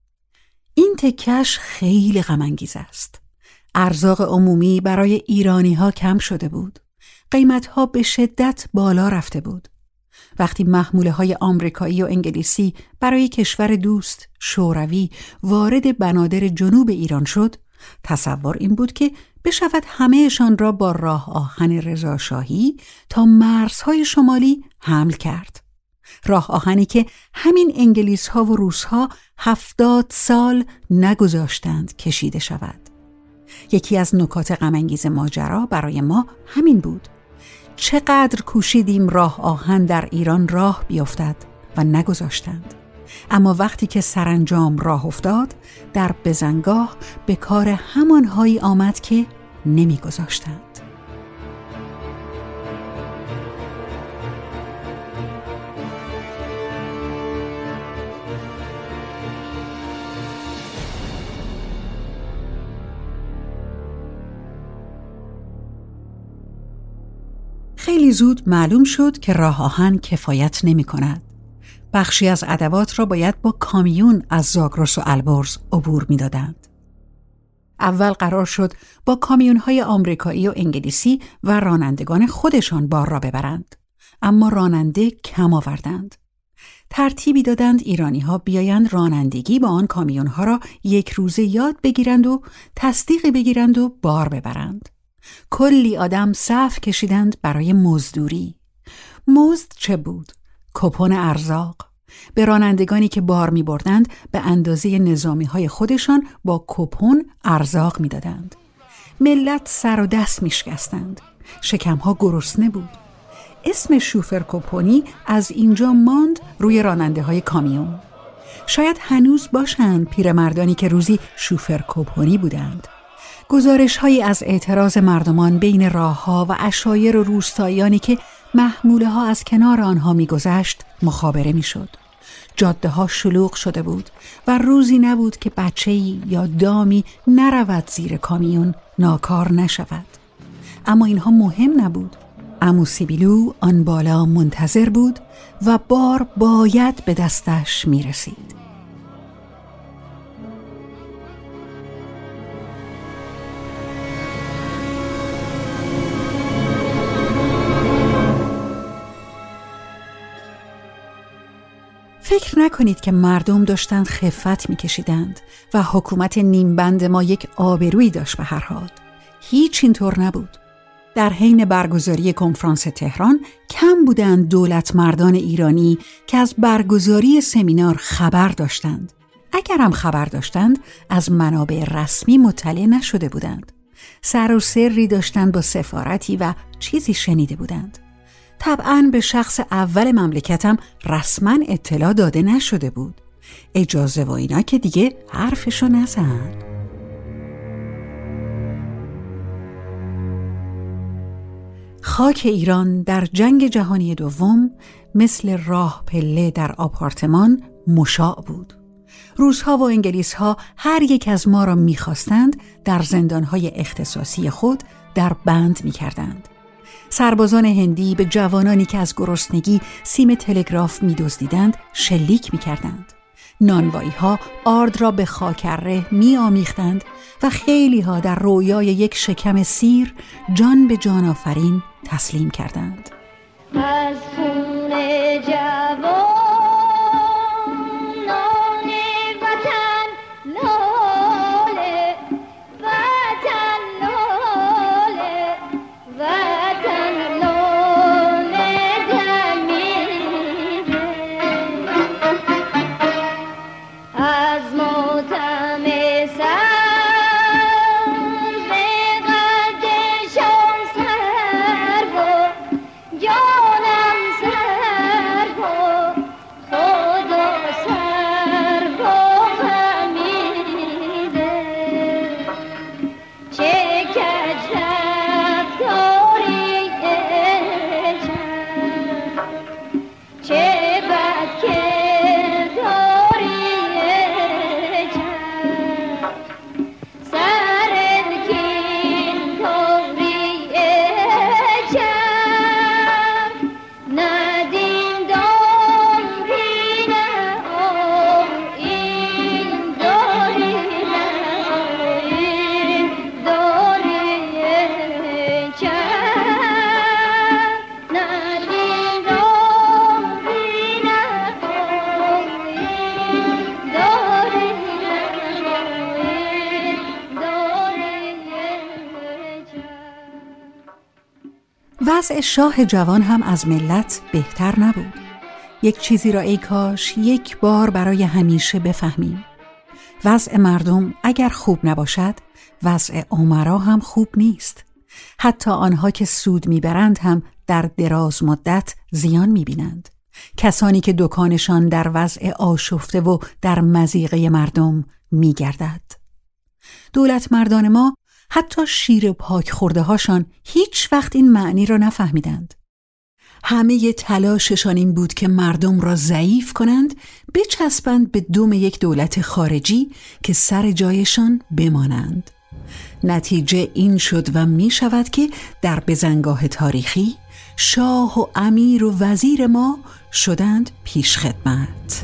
این تکش خیلی غم‌انگیز است. ارزاق عمومی برای ایرانی‌ها کم شده بود. قیمت‌ها به شدت بالا رفته بود. وقتی محموله‌های آمریکایی و انگلیسی برای کشور دوست شوروی وارد بنادر جنوب ایران شد، تصور این بود که بشود همه‌شان را با راه آهن رضاشاهی تا مرزهای شمالی حمل کرد. راه آهنی که همین انگلیس‌ها و روس‌ها 70 سال نگذاشتند کشیده شود. یکی از نکات غم‌انگیز ماجرا برای ما همین بود. چقدر کوشیدیم راه آهن در ایران راه بیفتد و نگذاشتند. اما وقتی که سرانجام راه افتاد، در بزنگاه به کار همانهایی آمد که نمیگذاشتند. خیلی زود معلوم شد که راه آهن کفایت نمی کند. بخشی از ادوات را باید با کامیون از زاگرس و البرز عبور می دادند. اول قرار شد با کامیون‌های آمریکایی و انگلیسی و رانندگان خودشان بار را ببرند. اما راننده کم آوردند. ترتیبی دادند ایرانی‌ها بیایند رانندگی با آن کامیون‌ها را یک روزه یاد بگیرند و تصدیق بگیرند و بار ببرند. کلی آدم صف کشیدند برای مزدوری. مزد چه بود؟ کوپن ارزاق. به رانندگانی که بار می بردند به اندازه نظامی های خودشان با کوپن ارزاق می دادند. ملت سر و دست می شکستند. شکمها گرسنه بود. اسم شوفر کوپنی از اینجا ماند روی راننده های کامیون. شاید هنوز باشند پیرمردانی که روزی شوفر کوپنی بودند. گزارش‌هایی از اعتراض مردمان بین راه‌ها و عشایر و روستاییانی که محموله ها از کنار آنها می‌گذشت مخابره می‌شد. جاده‌ها شلوغ شده بود و روزی نبود که بچه‌ای یا دامی نرود زیر کامیون ناکار نشود. اما اینها مهم نبود. عمو سیبیلو آن بالا منتظر بود و بار باید به دستش می‌رسید. فکر نکنید که مردم داشتند خفت می‌کشیدند و حکومت نیمبند ما یک آبرویی داشت به هر حال. هیچ اینطور نبود. در حین برگزاری کنفرانس تهران کم بودند دولت مردان ایرانی که از برگزاری سمینار خبر داشتند. اگر هم خبر داشتند از منابع رسمی مطلع نشده بودند. سر و سری داشتند با سفارتی و چیزی شنیده بودند. طبعاً به شخص اول مملکتم رسما اطلاع داده نشده بود. اجازه و اینا که دیگه حرفشو نزن. خاک ایران در جنگ جهانی دوم مثل راه پله در آپارتمان مشاع بود. روس‌ها و انگلیس‌ها هر یک از ما را می‌خواستند در زندان‌های اختصاصی خود در بند می‌کردند. سربازان هندی به جوانانی که از گرسنگی سیم تلگراف می‌دزدیدند شلیک می‌کردند. نانوایی‌ها آرد را به خاکره می‌آمیختند و خیلی‌ها در رویای یک شکم سیر جان به جان آفرین تسلیم کردند. از خون جوانان وطن لاله وطن لاله وطن لاله دمیده از ماتم سر وضع شاه جوان هم از ملت بهتر نبود. یک چیزی را ای کاش یک بار برای همیشه بفهمیم. وضع مردم اگر خوب نباشد، وضع امرا هم خوب نیست. حتی آنها که سود میبرند هم در دراز مدت زیان میبینند. کسانی که دکانشان در وضع آشفته و در مضیقه مردم میگردد. دولت مردان ما حتی شیر پاک خورده هاشان هیچ وقت این معنی را نفهمیدند. همه تلاششان این بود که مردم را ضعیف کنند، بچسبند به دم یک دولت خارجی که سر جایشان بمانند. نتیجه این شد و می شود که در بزنگاه تاریخی شاه و امیر و وزیر ما شدند پیش خدمت.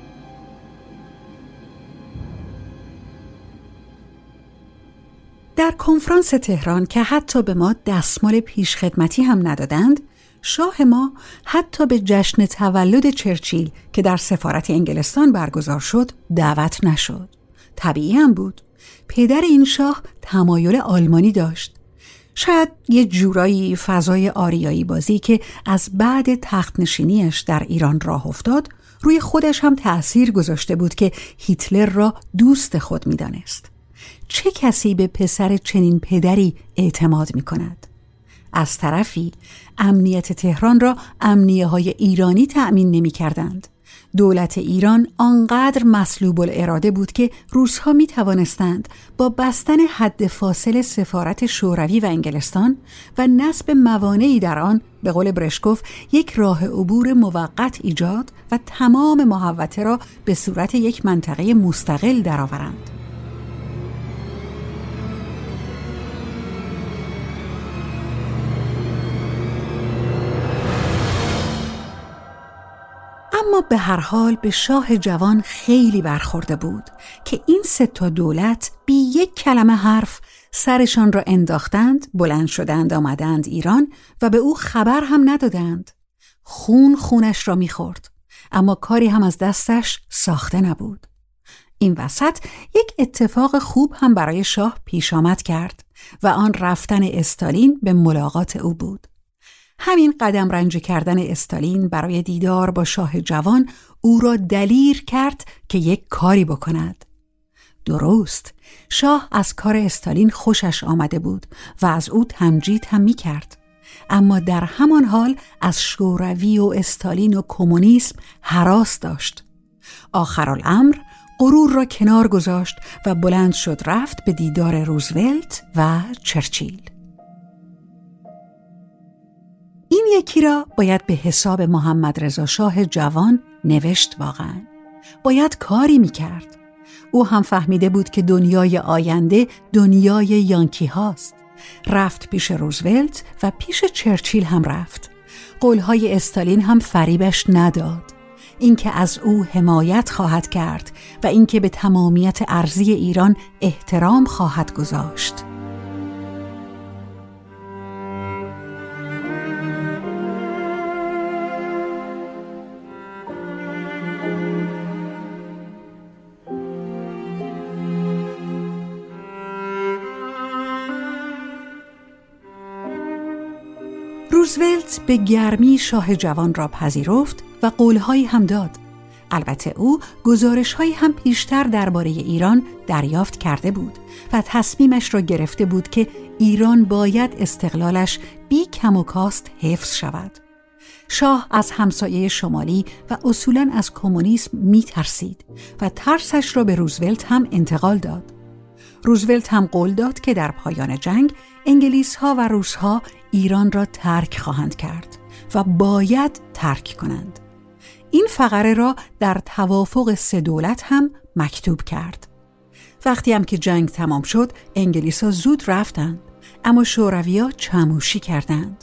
در در کنفرانس تهران که حتی به ما دستمال پیشخدمتی هم ندادند، شاه ما حتی به جشن تولد چرچیل که در سفارت انگلستان برگزار شد دعوت نشد. طبیعی هم بود. پدر این شاه تمایل آلمانی داشت. شاید یه جورایی فضای آریایی بازی که از بعد تخت نشینیش در ایران راه افتاد روی خودش هم تأثیر گذاشته بود که هیتلر را دوست خود می دانست. چه کسی به پسر چنین پدری اعتماد می کند؟ از طرفی امنیت تهران را امنیه‌های ایرانی تأمین نمی کردند. دولت ایران آنقدر مسلوب الاراده بود که روس‌ها می توانستند با بستن حد فاصل سفارت شوروی و انگلستان و نصب موانعی در آن، به قول برشکوف، یک راه عبور موقت ایجاد و تمام محوطه را به صورت یک منطقه مستقل درآورند. اما به هر حال به شاه جوان خیلی برخورده بود که این 3 دولت بی یک کلمه حرف سرشان را انداختند، بلند شدند آمدند ایران و به او خبر هم ندادند. خونش را می‌خورد، اما کاری هم از دستش ساخته نبود. این وسط یک اتفاق خوب هم برای شاه پیش آمد کرد و آن رفتن استالین به ملاقات او بود. همین قدم رنج کردن استالین برای دیدار با شاه جوان او را دلیر کرد که یک کاری بکند. درست، شاه از کار استالین خوشش آمده بود و از او تمجید هم می کرد. اما در همان حال از شوروی و استالین و کمونیسم هراس داشت. آخرالامر غرور را کنار گذاشت و بلند شد رفت به دیدار روزولت و چرچیل. این یکی را باید به حساب محمد رضا شاه جوان نوشت. واقعا باید کاری میکرد. او هم فهمیده بود که دنیای آینده دنیای یانکی هاست. رفت پیش روزولت و پیش چرچیل هم رفت. قولهای استالین هم فریبش نداد. اینکه از او حمایت خواهد کرد و اینکه به تمامیت ارضی ایران احترام خواهد گذاشت. روزولت به گرمی شاه جوان را پذیرفت و قولهایی هم داد. البته او گزارش‌هایی هم پیشتر درباره ایران دریافت کرده بود و تصمیمش را گرفته بود که ایران باید استقلالش بی کم و کاست حفظ شود. شاه از همسایه شمالی و اصولاً از کمونیسم می‌ترسید و ترسش را به روزولت هم انتقال داد. روزولت هم قول داد که در پایان جنگ انگلیس‌ها و روس‌ها ایران را ترک خواهند کرد و باید ترک کنند. این فقره را در توافق 3 دولت هم مکتوب کرد. وقتی هم که جنگ تمام شد انگلیس‌ها زود رفتند، اما شوروی‌ها چموشی کردند.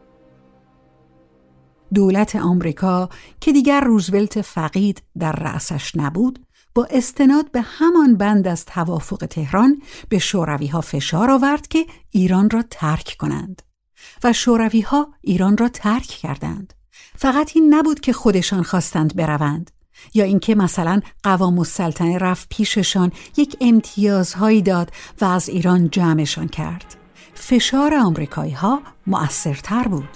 دولت آمریکا که دیگر روزولت فقید در رأسش نبود، با استناد به همان بند از توافق تهران به شوروی‌ها فشار آورد که ایران را ترک کنند و شوروی‌ها ایران را ترک کردند. فقط این نبود که خودشان خواستند بروند یا اینکه مثلا قوام السلطنه رفت پیششان یک امتیازهایی داد و از ایران جمعشان کرد. فشار آمریکایی‌ها مؤثرتر بود.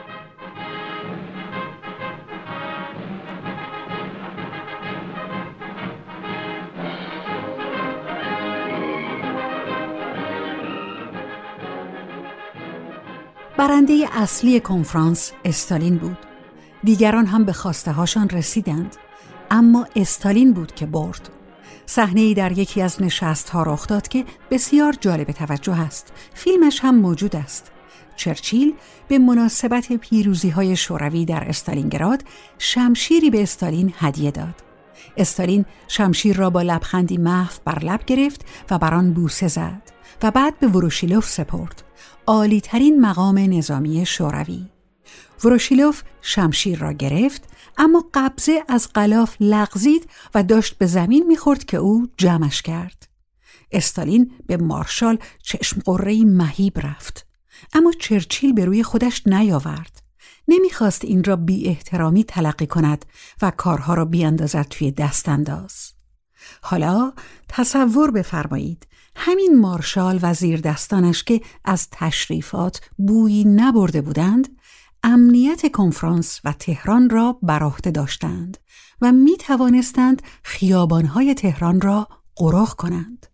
برنده اصلی کنفرانس استالین بود. دیگران هم به خواسته هاشان رسیدند، اما استالین بود که برد. صحنه‌ای در یکی از نشست‌ها رخ داد که بسیار جالب توجه است. فیلمش هم موجود است. چرچیل به مناسبت پیروزی‌های شوروی در استالینگراد شمشیری به استالین هدیه داد. استالین شمشیر را با لبخندی محو بر لب گرفت و بر آن بوسه زد و بعد به وروشیلوف سپرد، عالی ترین مقام نظامی شوروی. وروشیلوف شمشیر را گرفت، اما قبضه از غلاف لغزید و داشت به زمین می‌خورد که او جمعش کرد. استالین به مارشال چشم قره‌ای مهیب رفت، اما چرچیل به روی خودش نیاورد. نمیخواست این را بی احترامی تلقی کند و کارها را بیاندازد توی دست انداز. حالا تصور بفرمایید همین مارشال و زیردستانش که از تشریفات بویی نبرده بودند، امنیت کنفرانس و تهران را بر عهده داشتند و می توانستند خیابانهای تهران را غرق کنند.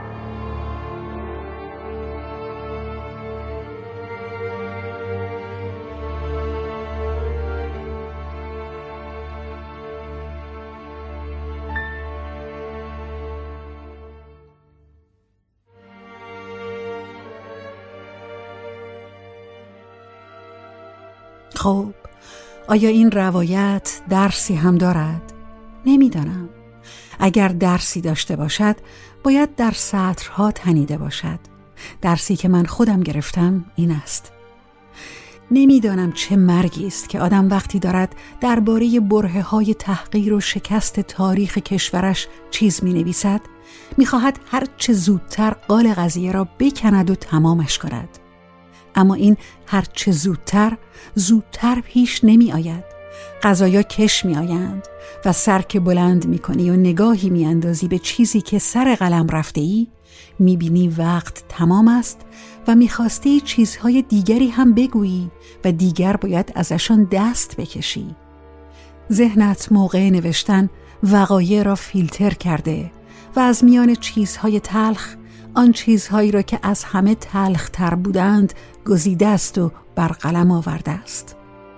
خب، آیا این روایت درسی هم دارد؟ نمیدانم. اگر درسی داشته باشد، باید در سطرها تنیده باشد. درسی که من خودم گرفتم این است. نمیدانم چه مرگی است که آدم وقتی دارد درباره برهه‌های تحقیر و شکست تاریخ کشورش چیز می‌نویسد، می‌خواهد هر چه زودتر قال قضیه را بکند و تمامش کند. اما این هر چه زودتر پیش نمی آید. قضایا کش می آیند و سر که بلند می کنی و نگاهی می اندازی به چیزی که سر قلم رفته ای، می بینی وقت تمام است و می خواستی چیزهای دیگری هم بگویی و دیگر باید ازشان دست بکشی. ذهنت موقع نوشتن وقایع را فیلتر کرده و از میان چیزهای تلخ آن چیزهایی را که از همه تلخ تر بودند گزیده است و بر قلم آورده است.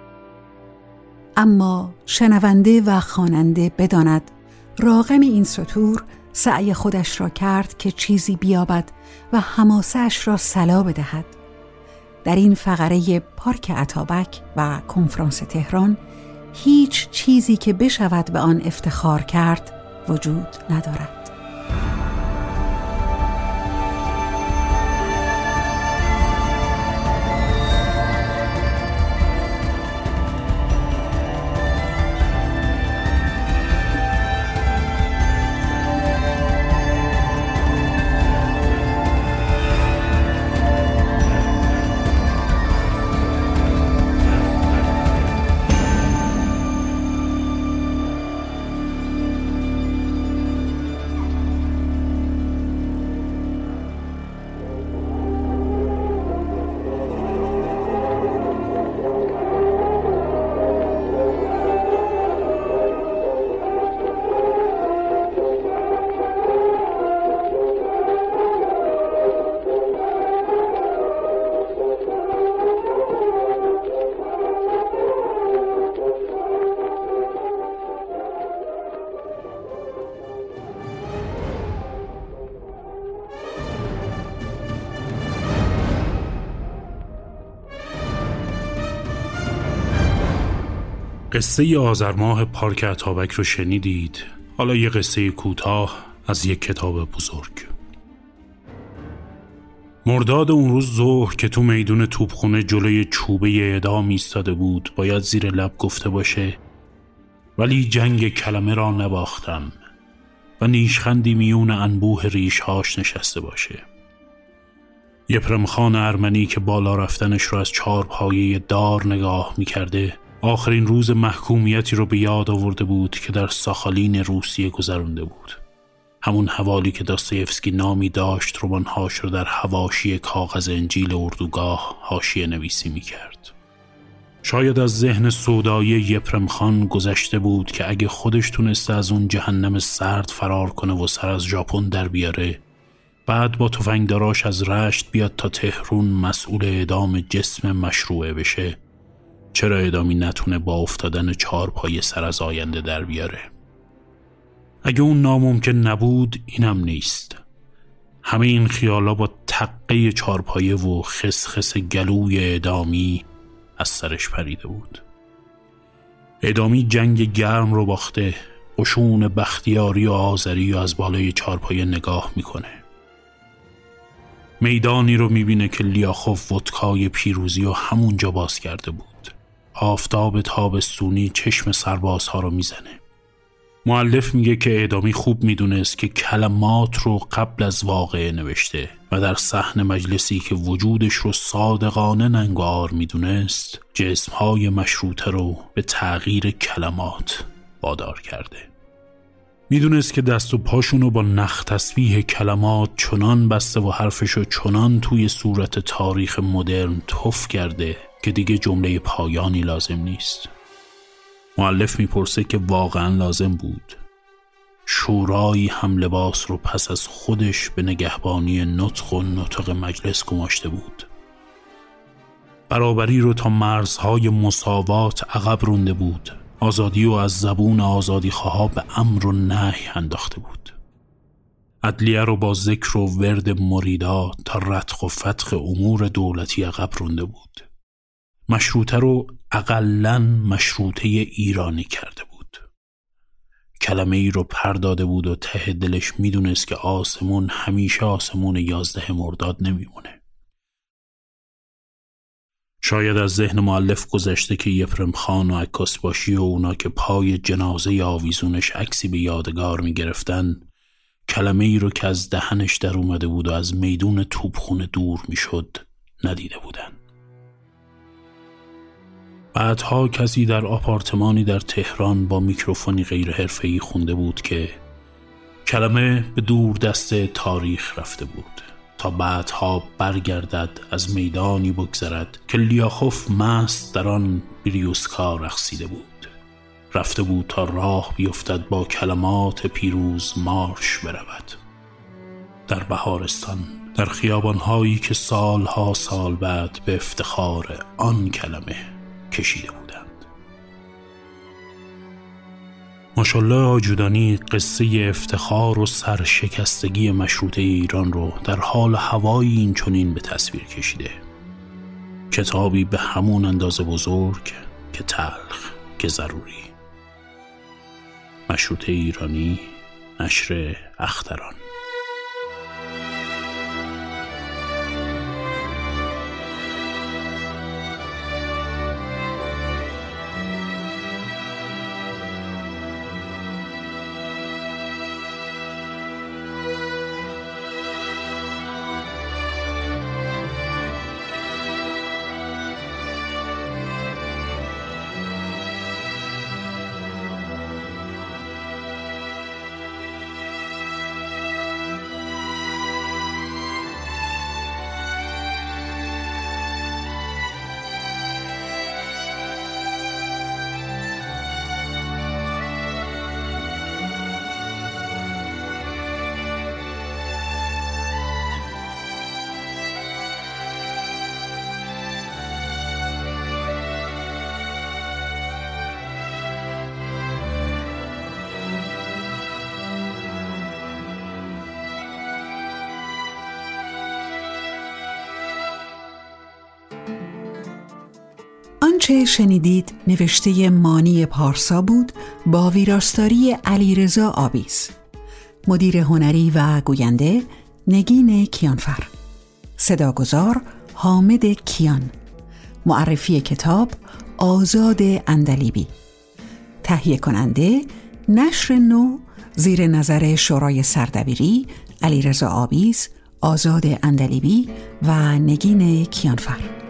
اما شنونده و خواننده بداند راغم این سطور سعی خودش را کرد که چیزی بیابد و حماسه‌اش را صلا بدهد. در این فقره پارک اتابک و کنفرانس تهران هیچ چیزی که بشود به آن افتخار کرد وجود ندارد. قصه آذر ماه پارک اتابک رو شنیدید. حالا یه قصه کوتاه از یک کتاب بزرگ. مرداد اون روز ظهر که تو میدون توپخونه جلوی چوبه اعدام ایستاده بود، باید زیر لب گفته باشه ولی جنگ کلمه را نباختم و نیشخندی میون انبوه ریشهاش نشسته باشه. یپرم خان ارمنی که بالا رفتنش رو از چارپایه دار نگاه میکرده، آخرین روز محکومیتی رو به یاد آورده بود که در ساخالین روسیه گذرونده بود. همون حوالی که داستایفسکی نامی داشت رمان‌هاش رو در حواشی کاغذ انجیل اردوگاه حاشیه نویسی میکرد. شاید از ذهن سودایی یپرم خان گذشته بود که اگه خودش تونسته از اون جهنم سرد فرار کنه و سر از ژاپن در بیاره، بعد با تفنگداراش از رشت بیاد تا تهران مسئول اعدام جسم مشروعه بشه، چرا اعدامی نتونه با افتادن چارپایه سر از آینده در بیاره؟ اگه اون ناممکن نبود، اینم نیست. همه این خیالا با تقه چارپایه و خسخس گلوی اعدامی از سرش پریده بود. اعدامی جنگ گرم رو باخته، قشون بختیاری و آذری و از بالای چارپایه نگاه میکنه. میدانی رو میبینه که لیاخوف ودکای پیروزی و همونجا باز کرده بود. آفتاب تابستونی چشم سربازها رو میزنه. مؤلف میگه که اعدامی خوب میدونست که کلمات رو قبل از واقعه نوشته و در صحن مجلسی که وجودش رو صادقانه ننگار میدونست جسمهای مشروطه رو به تغییر کلمات وادار کرده. میدونست که دست و پاشونو با نخ تسبیح کلمات چنان بسته و حرفشو چنان توی صورت تاریخ مدرن تف کرده که دیگه جمله پایانی لازم نیست. مؤلف میپرسه که واقعا لازم بود. شورای هم لباس رو پس از خودش به نگهبانی نطق و نطق مجلس گماشته بود. برابری رو تا مرزهای مساوات عقب رونده بود. آزادی و از زبون آزادی خواه به امر و نهی انداخته بود. عدلیه رو با ذکر و ورد مریدات تا رتق و فتق امور دولتی عقب رونده بود. مشروطه رو اقلن مشروطه ایرانی کرده بود. کلمه ای رو پرداده بود و ته دلش میدونست که آسمون همیشه آسمون 11 مرداد نمیمونه. شاید از ذهن مؤلف گذشته که یپرم خان و عکاس باشی و اونا که پای جنازه آویزونش عکسی به یادگار میگرفتن کلمه ای رو که از دهنش در اومده بود و از میدون توپخونه دور میشد ندیده بودن. بعدها کسی در آپارتمانی در تهران با میکروفونی غیر حرفه‌ای خونده بود که کلمه به دور دست تاریخ رفته بود تا بعدها برگردد از میدانی بگذرد که لیاخوف مست در آن بریوسکا رقصیده بود. رفته بود تا راه بیفتد با کلمات پیروز مارش برود. در بهارستان، در خیابانهایی که سالها سال بعد به افتخار آن کلمه کشیده بودند. ماشاءالله آجودانی قصه افتخار و سرشکستگی مشروطه ایران رو در حال هوایی این چنین به تصویر کشیده. کتابی به همون اندازه بزرگ که تلخ که ضروری. مشروطه ایرانی، نشر اختران. آنچه شنیدید نوشته مانی پارسا بود با ویراستاری علیرضا آبیز. مدیر هنری و گوینده نگین کیانفر. صداگذار حامد کیان. معرفی کتاب آزاد اندلیبی. تهیه کننده نشر نو زیر نظر شورای سردبیری علیرضا آبیز، آزاد اندلیبی و نگین کیانفر.